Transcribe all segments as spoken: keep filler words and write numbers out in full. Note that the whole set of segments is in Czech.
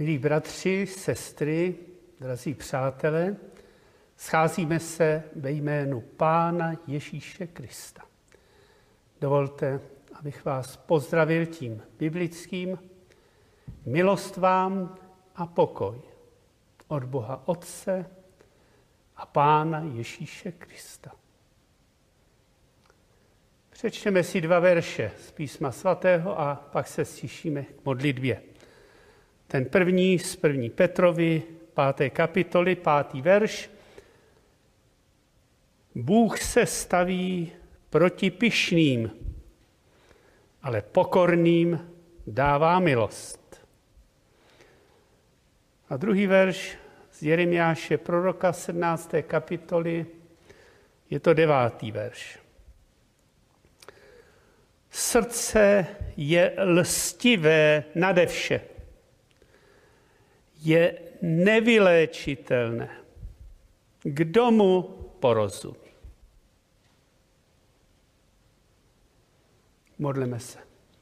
Milí bratři, sestry, drazí přátelé, scházíme se ve jménu Pána Ježíše Krista. Dovolte, abych vás pozdravil tím biblickým. Milost vám a pokoj od Boha Otce a Pána Ježíše Krista. Přečteme si dva verše z Písma svatého a pak se stišíme k modlitbě. Ten první z první Petrovi, páté kapitoly, pátý verš. Bůh se staví proti pyšným, ale pokorným dává milost. A druhý verš z Jeremiáše proroka sedmnácté kapitoly, je to devátý verš. Srdce je lstivé nade vše, je nevyléčitelné. Kdo mu porozumí? Modleme se.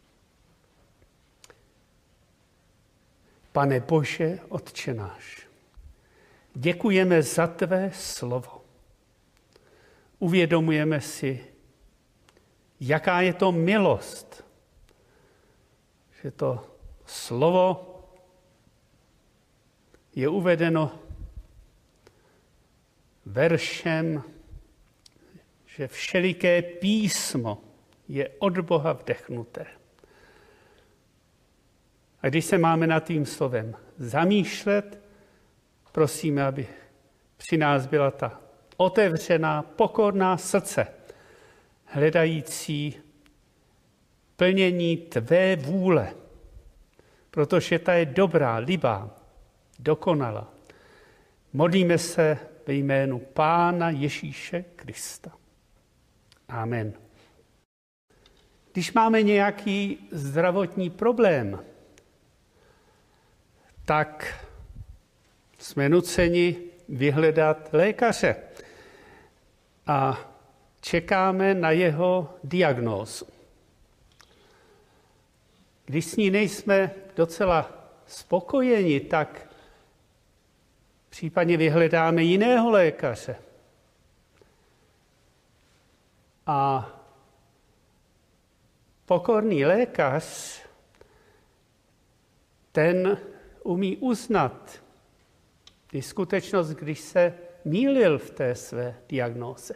Pane Bože, Otče náš, děkujeme za tvé slovo. Uvědomujeme si, jaká je to milost, že to slovo je uvedeno veršem, že všeliké písmo je od Boha vdechnuté. A když se máme nad tím slovem zamýšlet, prosíme, aby při nás byla ta otevřená, pokorná srdce, hledající plnění tvé vůle, protože ta je dobrá, libá, dokonalá. Modlíme se ve jménu Pána Ježíše Krista. Amen. Když máme nějaký zdravotní problém, tak jsme nuceni vyhledat lékaře a čekáme na jeho diagnózu. Když s ní nejsme docela spokojeni, tak případně vyhledáme jiného lékaře. A pokorný lékař, ten umí uznat i skutečnost, když se mýlil v té své diagnóze.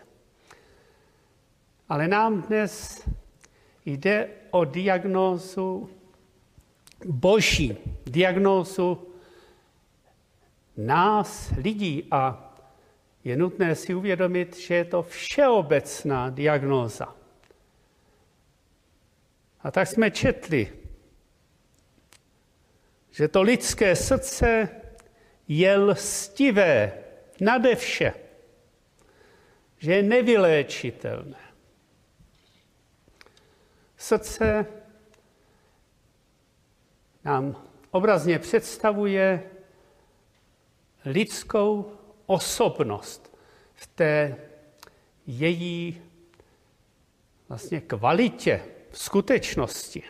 Ale nám dnes jde o diagnózu boží, diagnózu nás, lidí, a je nutné si uvědomit, že je to všeobecná diagnóza. A tak jsme četli, že to lidské srdce je lstivé nade vše, že je nevyléčitelné. Srdce nám obrazně představuje lidskou osobnost v té její vlastně kvalitě, v skutečnosti.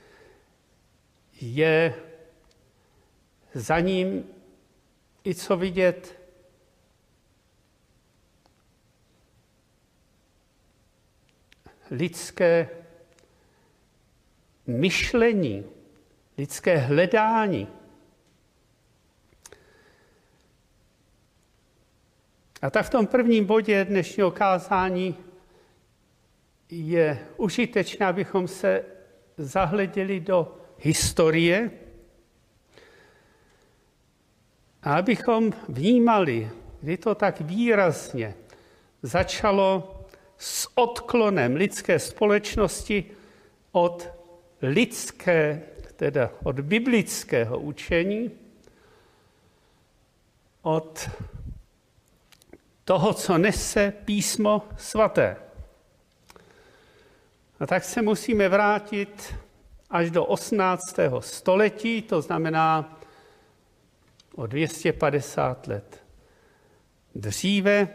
Je za ním i co vidět lidské myšlení, lidské hledání. A tak v tom prvním bodě dnešního kázání je užitečné, abychom se zahleděli do historie a abychom vnímali, kdy to tak výrazně začalo s odklonem lidské společnosti od lidské, teda od biblického učení, od toho, co nese Písmo svaté. A tak se musíme vrátit až do osmnáctého století, to znamená o dvě stě padesát let dříve.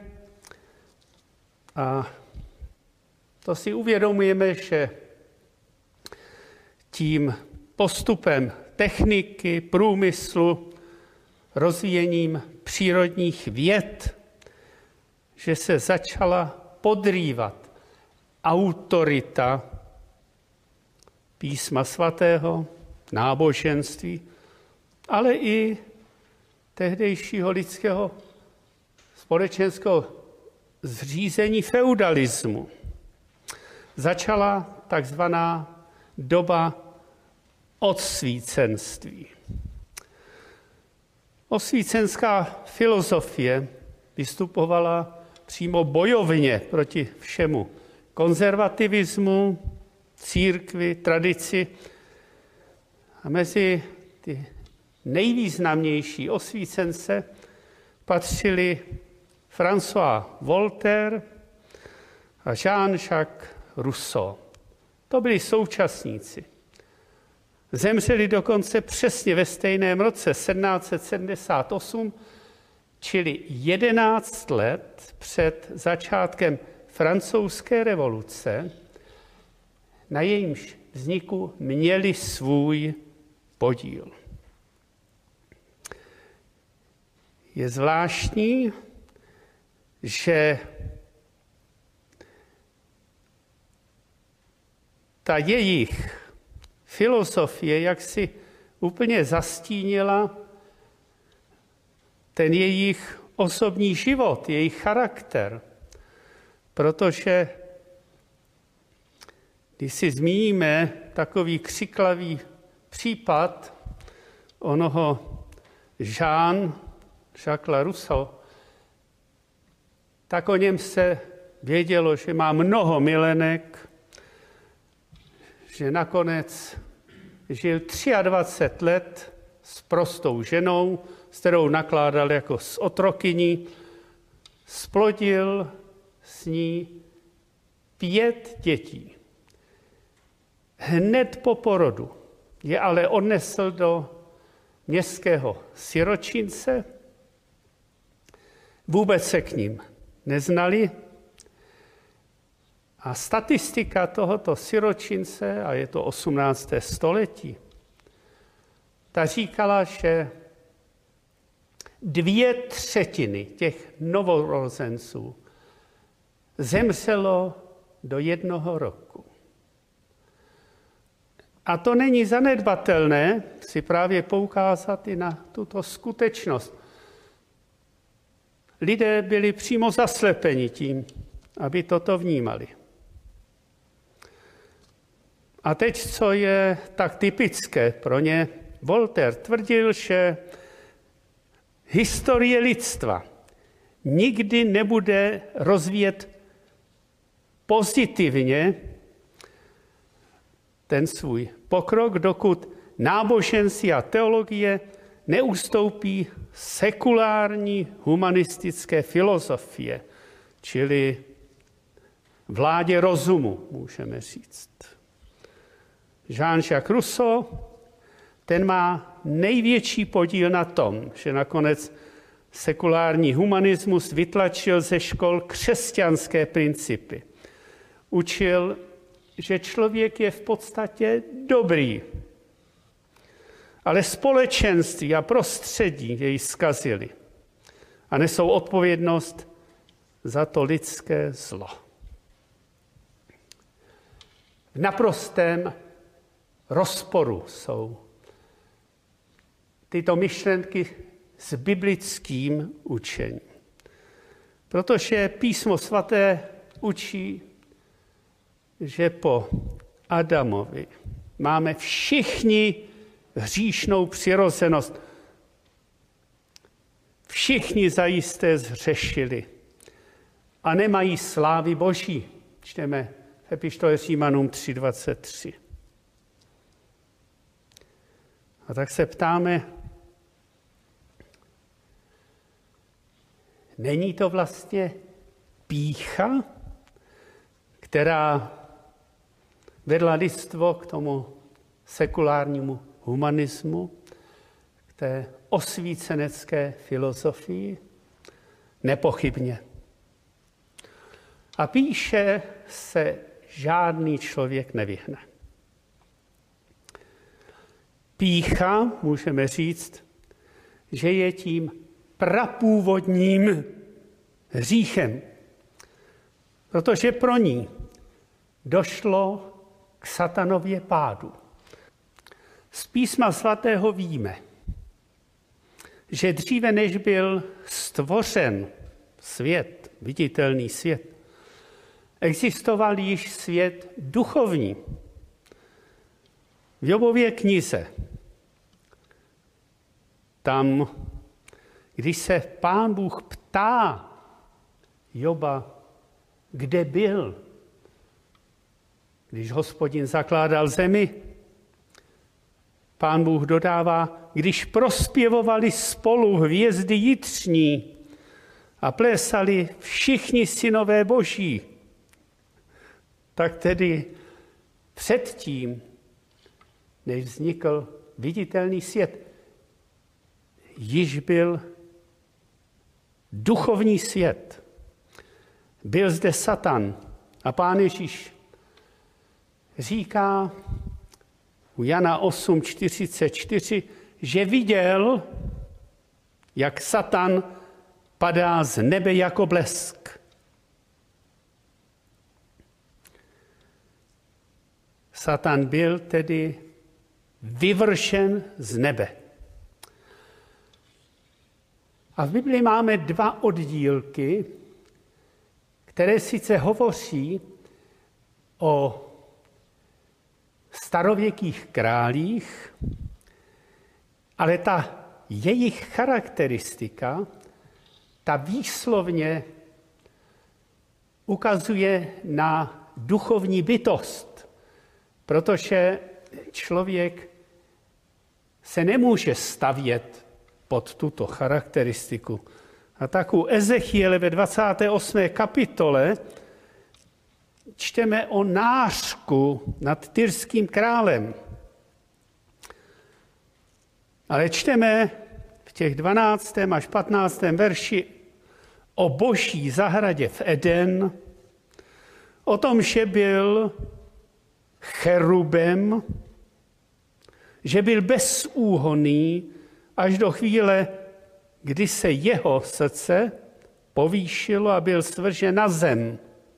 A to si uvědomujeme, že tím postupem techniky, průmyslu, rozvíjením přírodních věd, že se začala podrývat autorita Písma svatého, náboženství, ale i tehdejšího lidského společenského zřízení feudalismu. Začala takzvaná doba odsvícenství. Osvícenská filozofie vystupovala přímo bojovně proti všemu konzervativismu, církvi, tradici. A mezi ty nejvýznamnější osvícence patřili François Voltaire a Jean-Jacques Rousseau. To byli současníci. Zemřeli dokonce přesně ve stejném roce sedmnáct set sedmdesát osm, čili jedenáct let před začátkem francouzské revoluce, na jejímž vzniku měli svůj podíl. Je zvláštní, že ta jejich filozofie jaksi úplně zastínila ten jejich osobní život, jejich charakter. Protože když si zmíníme takový křiklavý případ onoho Jean Jacques Rousseau, tak o něm se vědělo, že má mnoho milenek, že nakonec žil dvacet tři let s prostou ženou, s kterou nakládal jako s otrokyní, splodil s ní pět dětí. Hned po porodu je ale odnesl do městského siročince, vůbec se k ním neznali. A statistika tohoto siročince, a je to osmnácté století, ta říkala, že dvě třetiny těch novorozenců zemřelo do jednoho roku. A to není zanedbatelné si právě poukázat i na tuto skutečnost. Lidé byli přímo zaslepeni tím, aby toto vnímali. A teď, co je tak typické pro ně, Voltaire tvrdil, že historie lidstva nikdy nebude rozvíjet pozitivně ten svůj pokrok, dokud náboženství a teologie neustoupí sekulární humanistické filozofie, čili vládě rozumu, můžeme říct. Jean-Jacques Rousseau, ten má největší podíl na tom, že nakonec sekulární humanismus vytlačil ze škol křesťanské principy. Učil, že člověk je v podstatě dobrý, ale společenství a prostředí jej zkazili a nesou odpovědnost za to lidské zlo. V naprostém rozporu jsou tyto myšlenky s biblickým učením. Protože Písmo svaté učí, že po Adamovi máme všichni hříšnou přirozenost. Všichni zajisté zhřešili a nemají slávy Boží. Čteme v epištole Římanům tři dvacet tři. A tak se ptáme, není to vlastně pýcha, která vedla lidstvo k tomu sekulárnímu humanismu, k té osvícenecké filozofii? Nepochybně. A píše se žádný člověk nevyhne. Pýcha, můžeme říct, že je tím prapůvodním hříchem, protože pro ní došlo k satanově pádu. Z písma svatého víme, že dříve než byl stvořen svět, viditelný svět, existoval již svět duchovní. V Jobově knize, tam, když se Pán Bůh ptá Joba, kde byl, když Hospodin zakládal zemi, Pán Bůh dodává, když prospěvovali spolu hvězdy jitřní a plésali všichni synové boží, tak tedy předtím, než vznikl viditelný svět, již byl duchovní svět. Byl zde Satan a Pán Ježíš říká u Jana osm čtyřicet čtyři, že viděl, jak Satan padá z nebe jako blesk. Satan byl tedy vyvršen z nebe. A v Biblii máme dva oddílky, které sice hovoří o starověkých králích, ale ta jejich charakteristika, ta výslovně ukazuje na duchovní bytost, protože člověk se nemůže stavět pod tuto charakteristiku. A tak u Ezechiele ve dvacáté osmé kapitole čteme o nářku nad tyrským králem. Ale čteme v těch dvanáctém až patnáctém verši o boží zahradě v Eden, o tom, že byl cherubem, že byl bezúhonný až do chvíle, kdy se jeho srdce povýšilo a byl svržen na zem.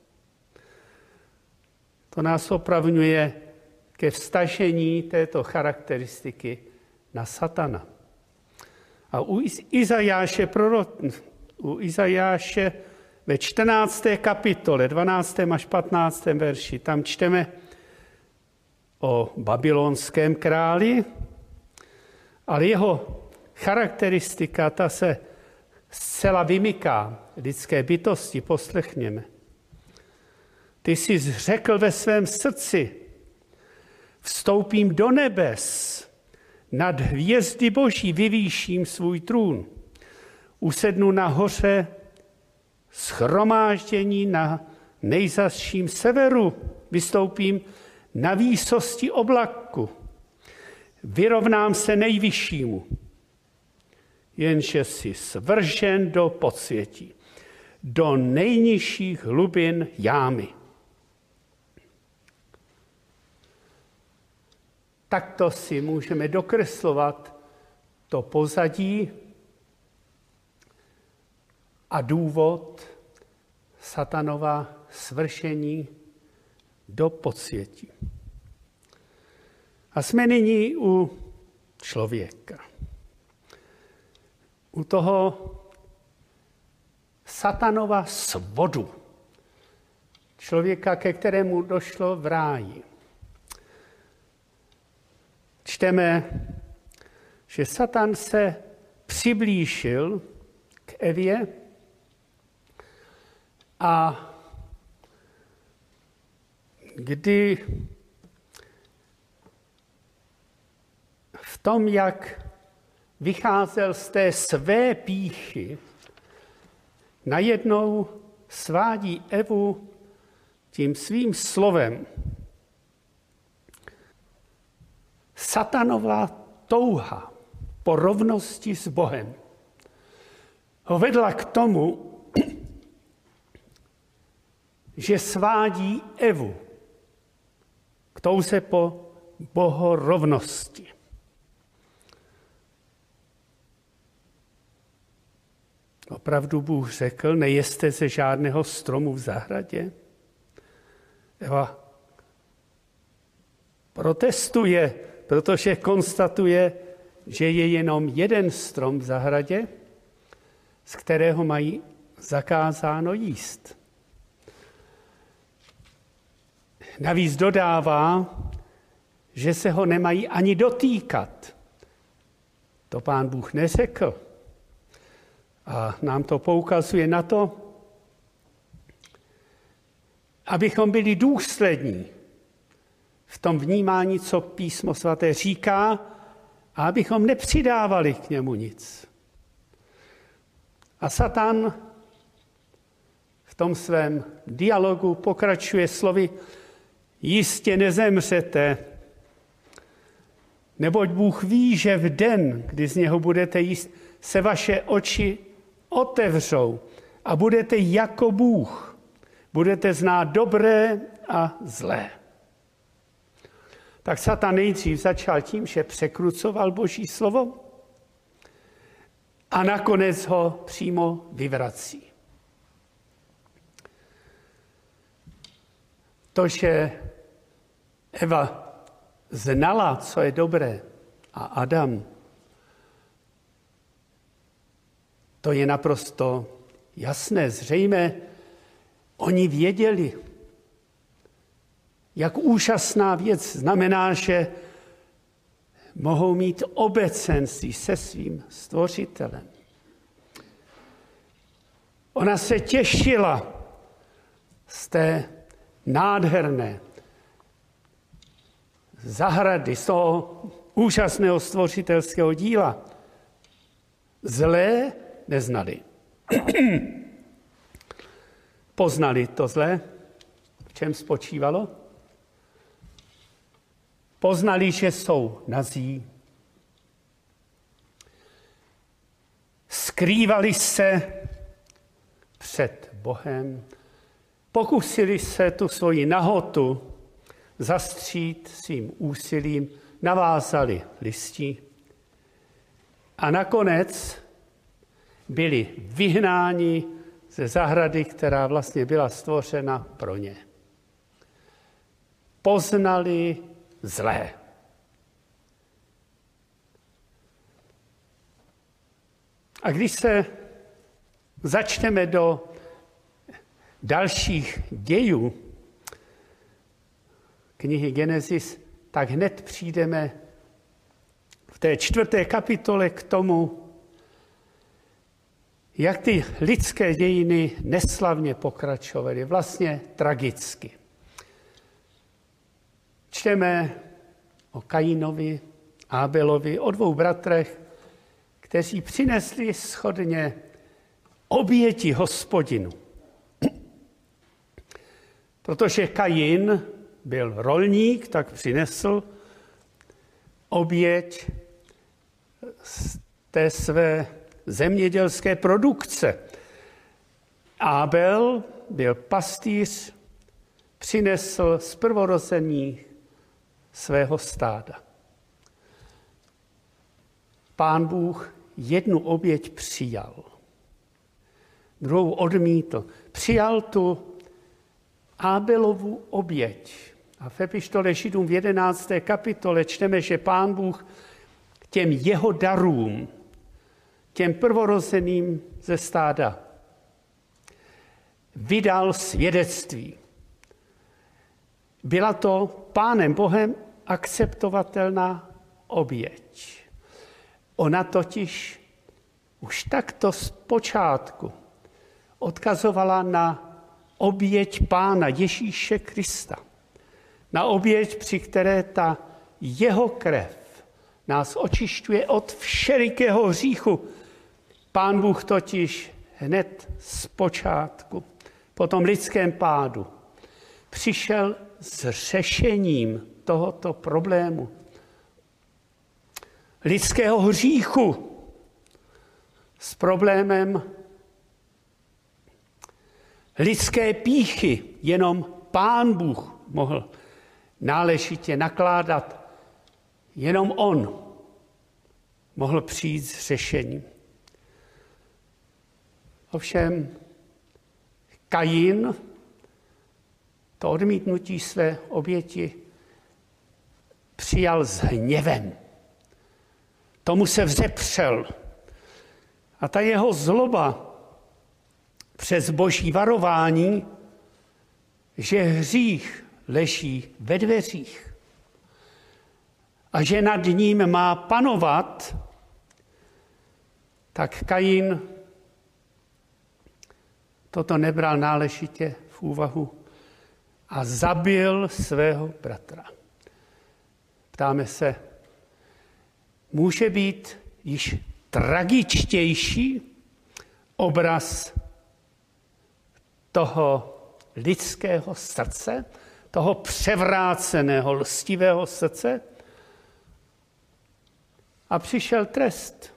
To nás opravňuje ke vztažení této charakteristiky na Satana. A u Izajáše, prorok, u Izajáše ve čtrnácté kapitole, dvanáctém až patnáctém verši, tam čteme o babylonském králi, ale jeho charakteristika, ta se zcela vymyká lidské bytosti, poslechněme. Ty jsi řekl ve svém srdci, vstoupím do nebes, nad hvězdy boží vyvýším svůj trůn. Usednu na hoře shromáždění na nejzazším severu, vystoupím na výsosti oblaku, vyrovnám se nejvyššímu, jenže jsi svržen do podsvětí, do nejnižších hlubin jámy. Takto si můžeme dokreslovat to pozadí a důvod Satanova svršení do podsvětí. A jsme nyní u člověka. U toho Satanova svodu. Člověka, ke kterému došlo v ráji. Čteme, že Satan se přiblížil k Evě a kdy v tom, jak vycházel z té své pýchy, najednou svádí Evu tím svým slovem. Satanová touha po rovnosti s Bohem ho vedla k tomu, že svádí Evu k touze po bohorovnosti. Opravdu Bůh řekl, nejeste ze žádného stromu v zahradě? Eva protestuje, protože konstatuje, že je jenom jeden strom v zahradě, z kterého mají zakázáno jíst. Navíc dodává, že se ho nemají ani dotýkat. To Pán Bůh neřekl. A nám to poukazuje na to, abychom byli důslední v tom vnímání, co Písmo svaté říká, a abychom nepřidávali k němu nic. A Satan v tom svém dialogu pokračuje slovy: jistě nezemřete, neboť Bůh ví, že v den, kdy z něho budete jíst, se vaše oči otevřou a budete jako Bůh. Budete znát dobré a zlé. Tak Satan nejdřív začal tím, že překrucoval Boží slovo a nakonec ho přímo vyvrací. To, že Eva znala, co je dobré, a Adam, to je naprosto jasné, zřejmé. Oni věděli, jak úžasná věc znamená, že mohou mít obecenství se svým stvořitelem. Ona se těšila z té nádherné zahrady, z toho úžasného stvořitelského díla. Zlé neznali. Poznali to zlé, v čem spočívalo? Poznali, že jsou nazí. Skrývali se před Bohem. Pokusili se tu svoji nahotu zastřít svým úsilím, navázali listí a nakonec byli vyhnáni ze zahrady, která vlastně byla stvořena pro ně. Poznali zlé. A když se začneme do dalších dějů knihy Genesis, tak hned přijdeme v té čtvrté kapitole k tomu, jak ty lidské dějiny neslavně pokračovaly, vlastně tragicky. Čteme o Kainovi, Ábelovi, o dvou bratrech, kteří přinesli shodně oběti Hospodinu. Protože Kain byl rolník, tak přinesl oběť z té své zemědělské produkce. Ábel byl pastýř, přinesl z prvorození svého stáda. Pán Bůh jednu oběť přijal, druhou odmítl. Přijal tu Ábelovu oběť. A v epištole Židům v jedenácté kapitole čteme, že Pán Bůh k těm jeho darům, těm prvorozeným ze stáda, vydal svědectví. Byla to Pánem Bohem akceptovatelná oběť. Ona totiž už takto z počátku odkazovala na oběť Pána Ježíše Krista. Na oběť, při které ta jeho krev nás očišťuje od všelikého hříchu. Pán Bůh totiž hned z počátku, po tom lidském pádu, přišel s řešením tohoto problému. Lidského hříchu, s problémem lidské pýchy. Jenom Pán Bůh mohl náležitě nakládat. Jenom on mohl přijít s řešením. Ovšem Kain to odmítnutí své oběti přijal s hněvem. Tomu se vzepřel. A ta jeho zloba přes boží varování, že hřích leží ve dveřích a že nad ním má panovat, tak Kain toto nebral náležitě v úvahu a zabil svého bratra. Ptáme se, může být již tragičtější obraz toho lidského srdce, toho převráceného, lstivého srdce? A přišel trest.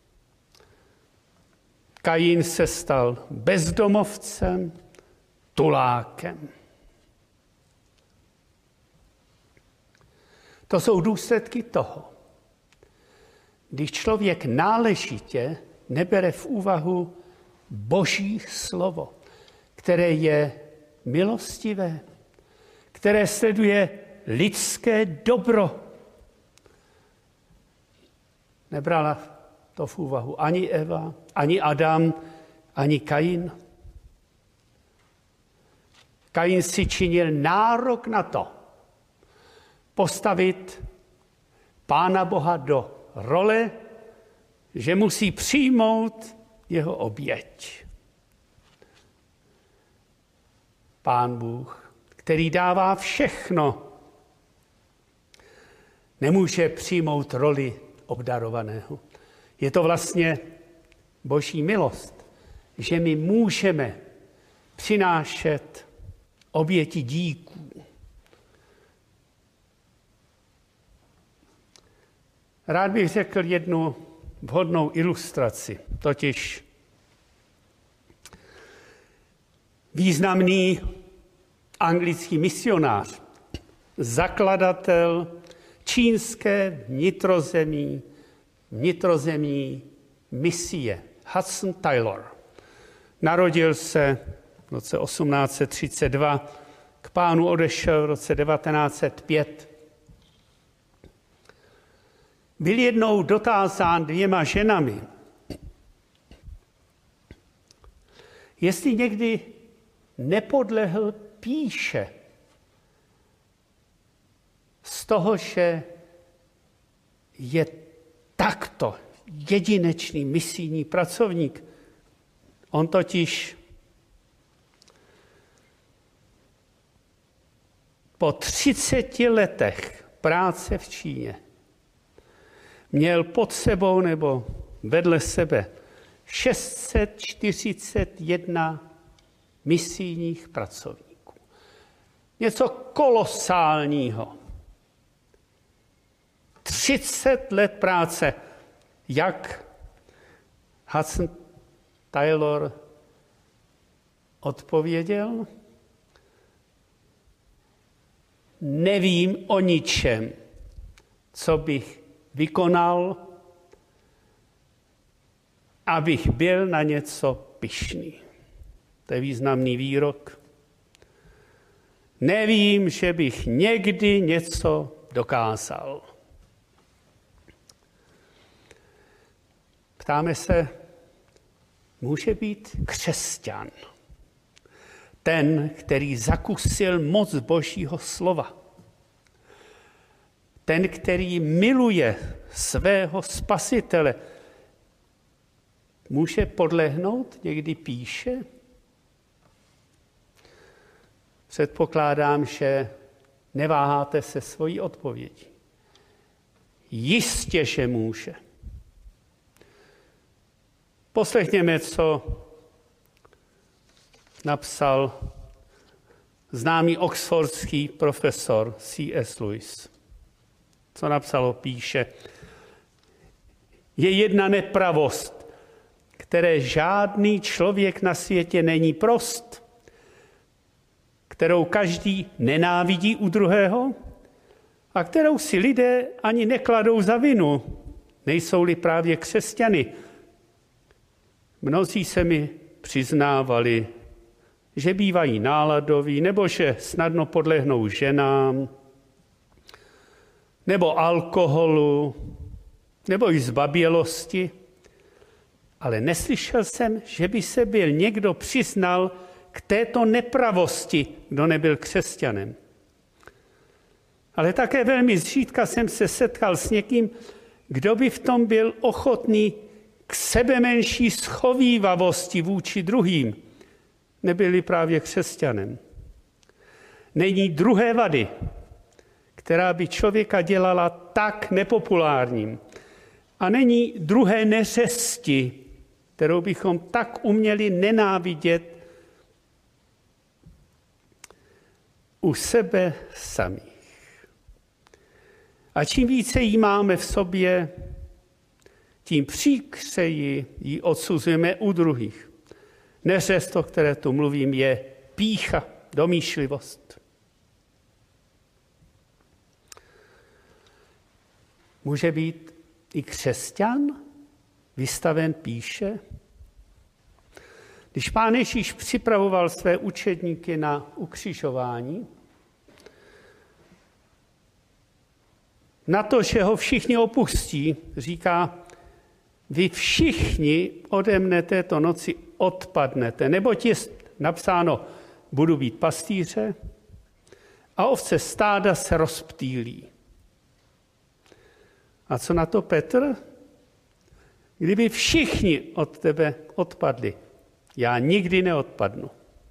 Kain se stal bezdomovcem, tulákem. To jsou důsledky toho, když člověk náležitě nebere v úvahu Boží slovo, které je milostivé, které sleduje lidské dobro. Nebrala to v úvahu ani Eva, ani Adam, ani Kain. Kain si činil nárok na to postavit Pána Boha do role, že musí přijmout jeho oběť. Pán Bůh, který dává všechno, nemůže přijmout roli obdarovaného. Je to vlastně Boží milost, že my můžeme přinášet oběti díků. Rád bych řekl jednu vhodnou ilustraci, totiž významný anglický misionář, zakladatel čínské vnitrozemí, vnitrozemí misie, Hudson Taylor. Narodil se v roce osmnáct set třicet dva, k Pánu odešel v roce devatenáct set pět. Byl jednou dotázán dvěma ženami, jestli někdy nepodlehl pýše z toho, že je takto jedinečný misijní pracovník. On totiž po třiceti letech práce v Číně měl pod sebou nebo vedle sebe šest set čtyřicet jedna misijních pracovníků. Něco kolosálního. třicet let práce. Jak Hudson Taylor odpověděl? Nevím o ničem, co bych vykonal, abych byl na něco pyšný. To je významný výrok. Nevím, že bych někdy něco dokázal. Ptáme se, může být křesťan ten, který zakusil moc Božího slova. Ten, který miluje svého Spasitele, může podlehnout někdy pýše? Předpokládám, že neváháte se svojí odpovědí. Jistě, že může. Poslechněme, co napsal známý oxfordský profesor C S Lewis. Co napsalo, píše: je jedna nepravost, které žádný člověk na světě není prost, kterou každý nenávidí u druhého a kterou si lidé ani nekladou za vinu, nejsou-li právě křesťany. Mnozí se mi přiznávali, že bývají náladoví, nebo že snadno podlehnou ženám, nebo alkoholu, nebo i zbabělosti. Ale neslyšel jsem, že by se byl někdo přiznal k této nepravosti, kdo nebyl křesťanem. Ale také velmi zřídka jsem se setkal s někým, kdo by v tom byl ochotný k sebemenší schovívavosti vůči druhým, nebyli právě křesťanem. Není druhé vady, která by člověka dělala tak nepopulárním. A není druhé neřesti, kterou bychom tak uměli nenávidět u sebe samých. A čím více jí máme v sobě, tím příkřeji ji odsuzujeme u druhých. Neřest, o které tu mluvím, je pýcha, domýšlivost. Může být i křesťan vystaven pýše? Když Pán Ježíš připravoval své učedníky na ukřižování, na to, že ho všichni opustí, říká, vy všichni ode mne této noci odpadnete, neboť je napsáno, budu být pastýře a ovce stáda se rozptýlí. A co na to Petr? Kdyby všichni od tebe odpadli, já nikdy neodpadnu.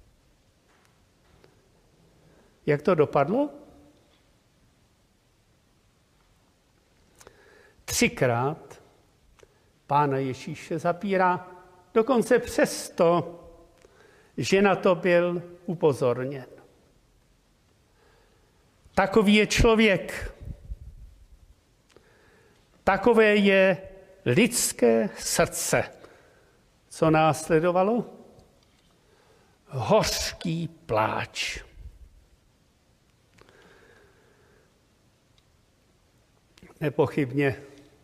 Jak to dopadlo? Třikrát Pána Ježíše zapírá, dokonce přesto, že na to byl upozorněn. Takový je člověk. Takové je lidské srdce. Co následovalo? Hořký pláč. Nepochybně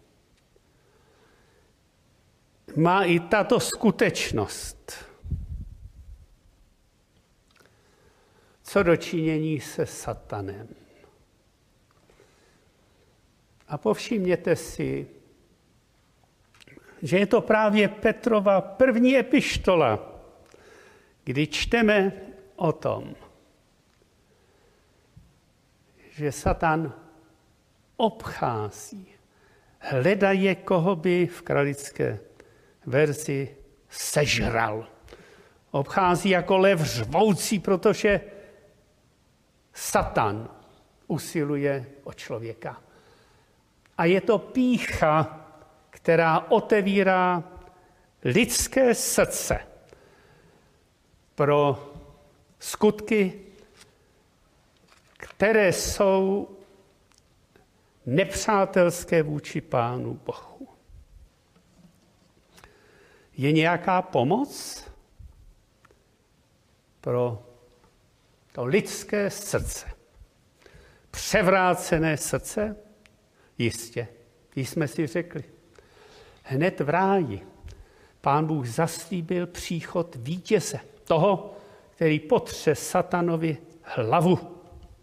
má i tato skutečnost co do činění se satanem. A povšimněte si, že je to právě Petrova první epištola, kdy čteme o tom, že Satan obchází, hledaje, koho by v kralické verzi sežral. Obchází jako lev řvoucí, protože Satan usiluje o člověka. A je to pýcha, která otevírá lidské srdce pro skutky, které jsou nepřátelské vůči Pánu Bohu. Je nějaká pomoc pro to lidské srdce? Převrácené srdce? Jistě, když jsme si řekli. Hned v ráji Pán Bůh zaslíbil příchod vítěze, toho, který potře satanovi hlavu.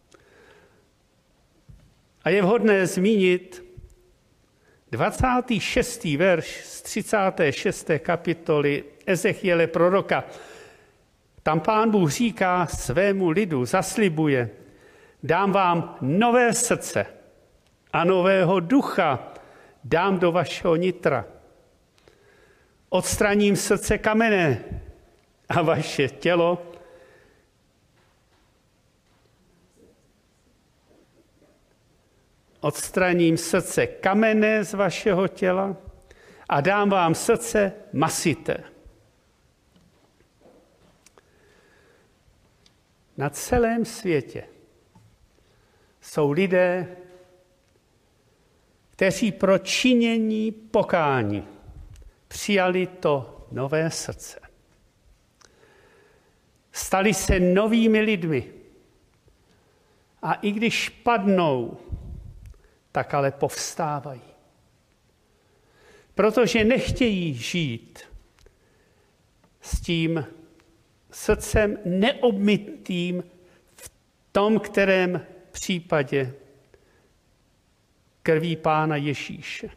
A je vhodné zmínit dvacátý šestý verš z třicáté šesté kapitoly Ezechiele proroka. Tam Pán Bůh říká svému lidu, zaslibuje, dám vám nové srdce a nového ducha dám do vašeho nitra. Odstraním srdce kamenné a vaše tělo odstraním srdce kamenné z vašeho těla a dám vám srdce masité. Na celém světě jsou lidé, kteří pro činění pokání přijali to nové srdce. Stali se novými lidmi a i když padnou, tak ale povstávají. Protože nechtějí žít s tím srdcem neobmytým v tom, kterém případě krví Pána Ježíše.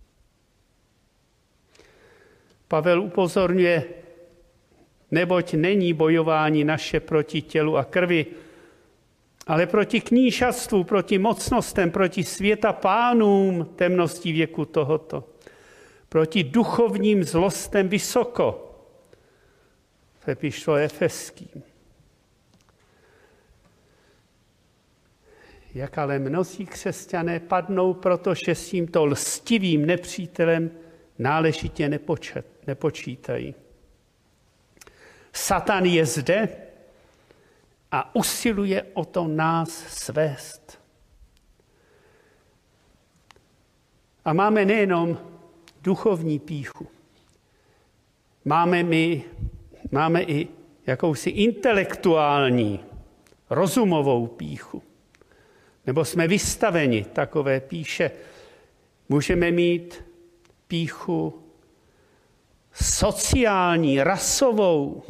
Pavel upozorňuje, neboť není bojování naše proti tělu a krvi, ale proti knížatstvu, proti mocnostem, proti světa pánům temností věku tohoto, proti duchovním zlostem vysoko, v epištole Efeským. Jak ale mnozí křesťané padnou, protože s tímto lstivým nepřítelem náležitě nepočet, nepočítají. Satan je zde a usiluje o to nás svést. A máme nejenom duchovní pýchu, máme, my, máme i jakousi intelektuální, rozumovou pýchu. Nebo jsme vystaveni takové pýše. Můžeme mít pýchu sociální, rasovou,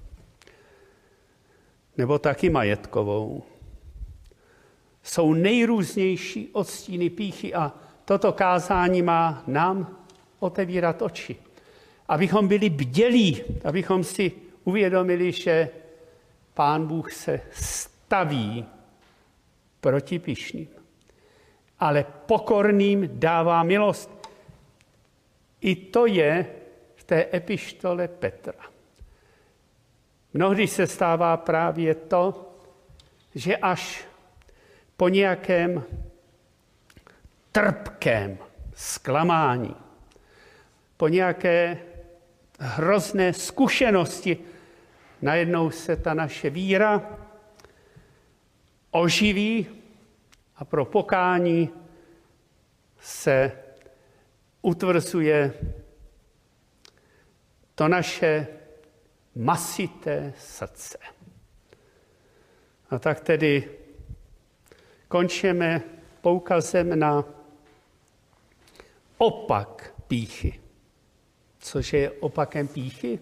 nebo taky majetkovou. Jsou nejrůznější odstíny pýchy a toto kázání má nám otevírat oči. Abychom byli bdělí, abychom si uvědomili, že Pán Bůh se staví proti pyšným, ale pokorným dává milost. I to je v té epištole Petra. Mnohdy se stává právě to, že až po nějakém trpkém zklamání, po nějaké hrozné zkušenosti, najednou se ta naše víra oživí a pro pokání se utvrzuje to naše masité srdce. A tak tedy končíme poukazem na opak pýchy. Což je opakem pýchy?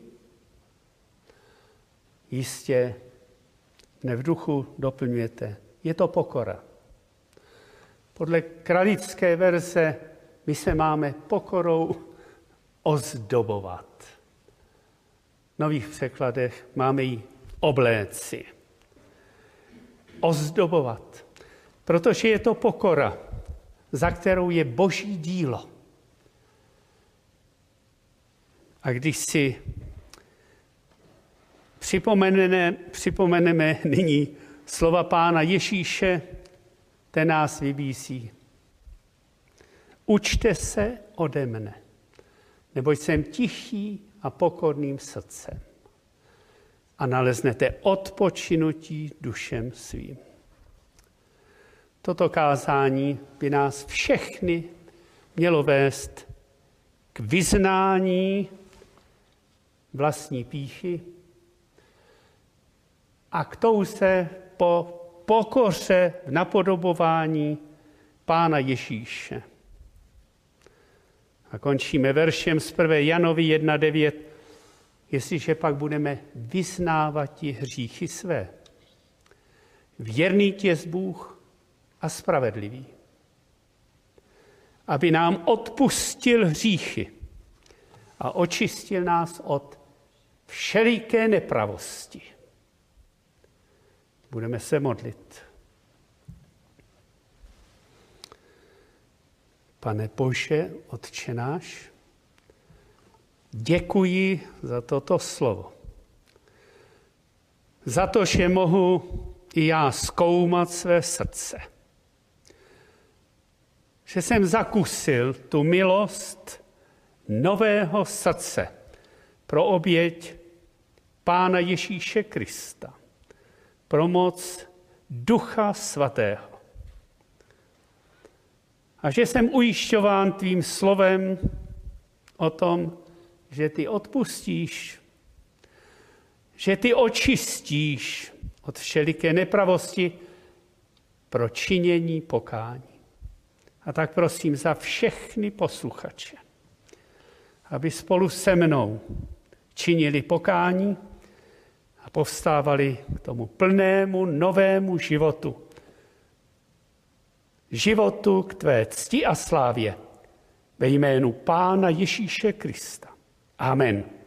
Jistě ne v duchu doplňujete. Je to pokora. Podle kralické verze my se máme pokorou ozdobovat. V nových překladech máme ji obléci. Ozdobovat. Protože je to pokora, za kterou je Boží dílo. A když si připomeneme, připomeneme nyní slova Pána Ježíše, ten nás vybízí. Učte se ode mne, neboť jsem tichý a pokorným srdcem a naleznete odpočinutí dušem svým. Toto kázání by nás všechny mělo vést k vyznání vlastní pýchy a k touze po pokoře v napodobování Pána Ježíše. A končíme veršem z prvé Janovi jedna devět. Jestliže pak budeme vyznávat hříchy své, věrný jest Bůh a spravedlivý, aby nám odpustil hříchy a očistil nás od všeliké nepravosti. Budeme se modlit. Pane Bože, Otče náš, děkuji za toto slovo. Za to, že mohu i já zkoumat své srdce. Že jsem zakusil tu milost nového srdce pro oběť Pána Ježíše Krista. Pro moc Ducha Svatého. A že jsem ujišťován tvým slovem o tom, že ty odpustíš, že ty očistíš od všeliké nepravosti pro činění pokání. A tak prosím za všechny posluchače, aby spolu se mnou činili pokání a povstávali k tomu plnému novému životu. Životu k tvé cti a slávě ve jménu Pána Ježíše Krista. Amen.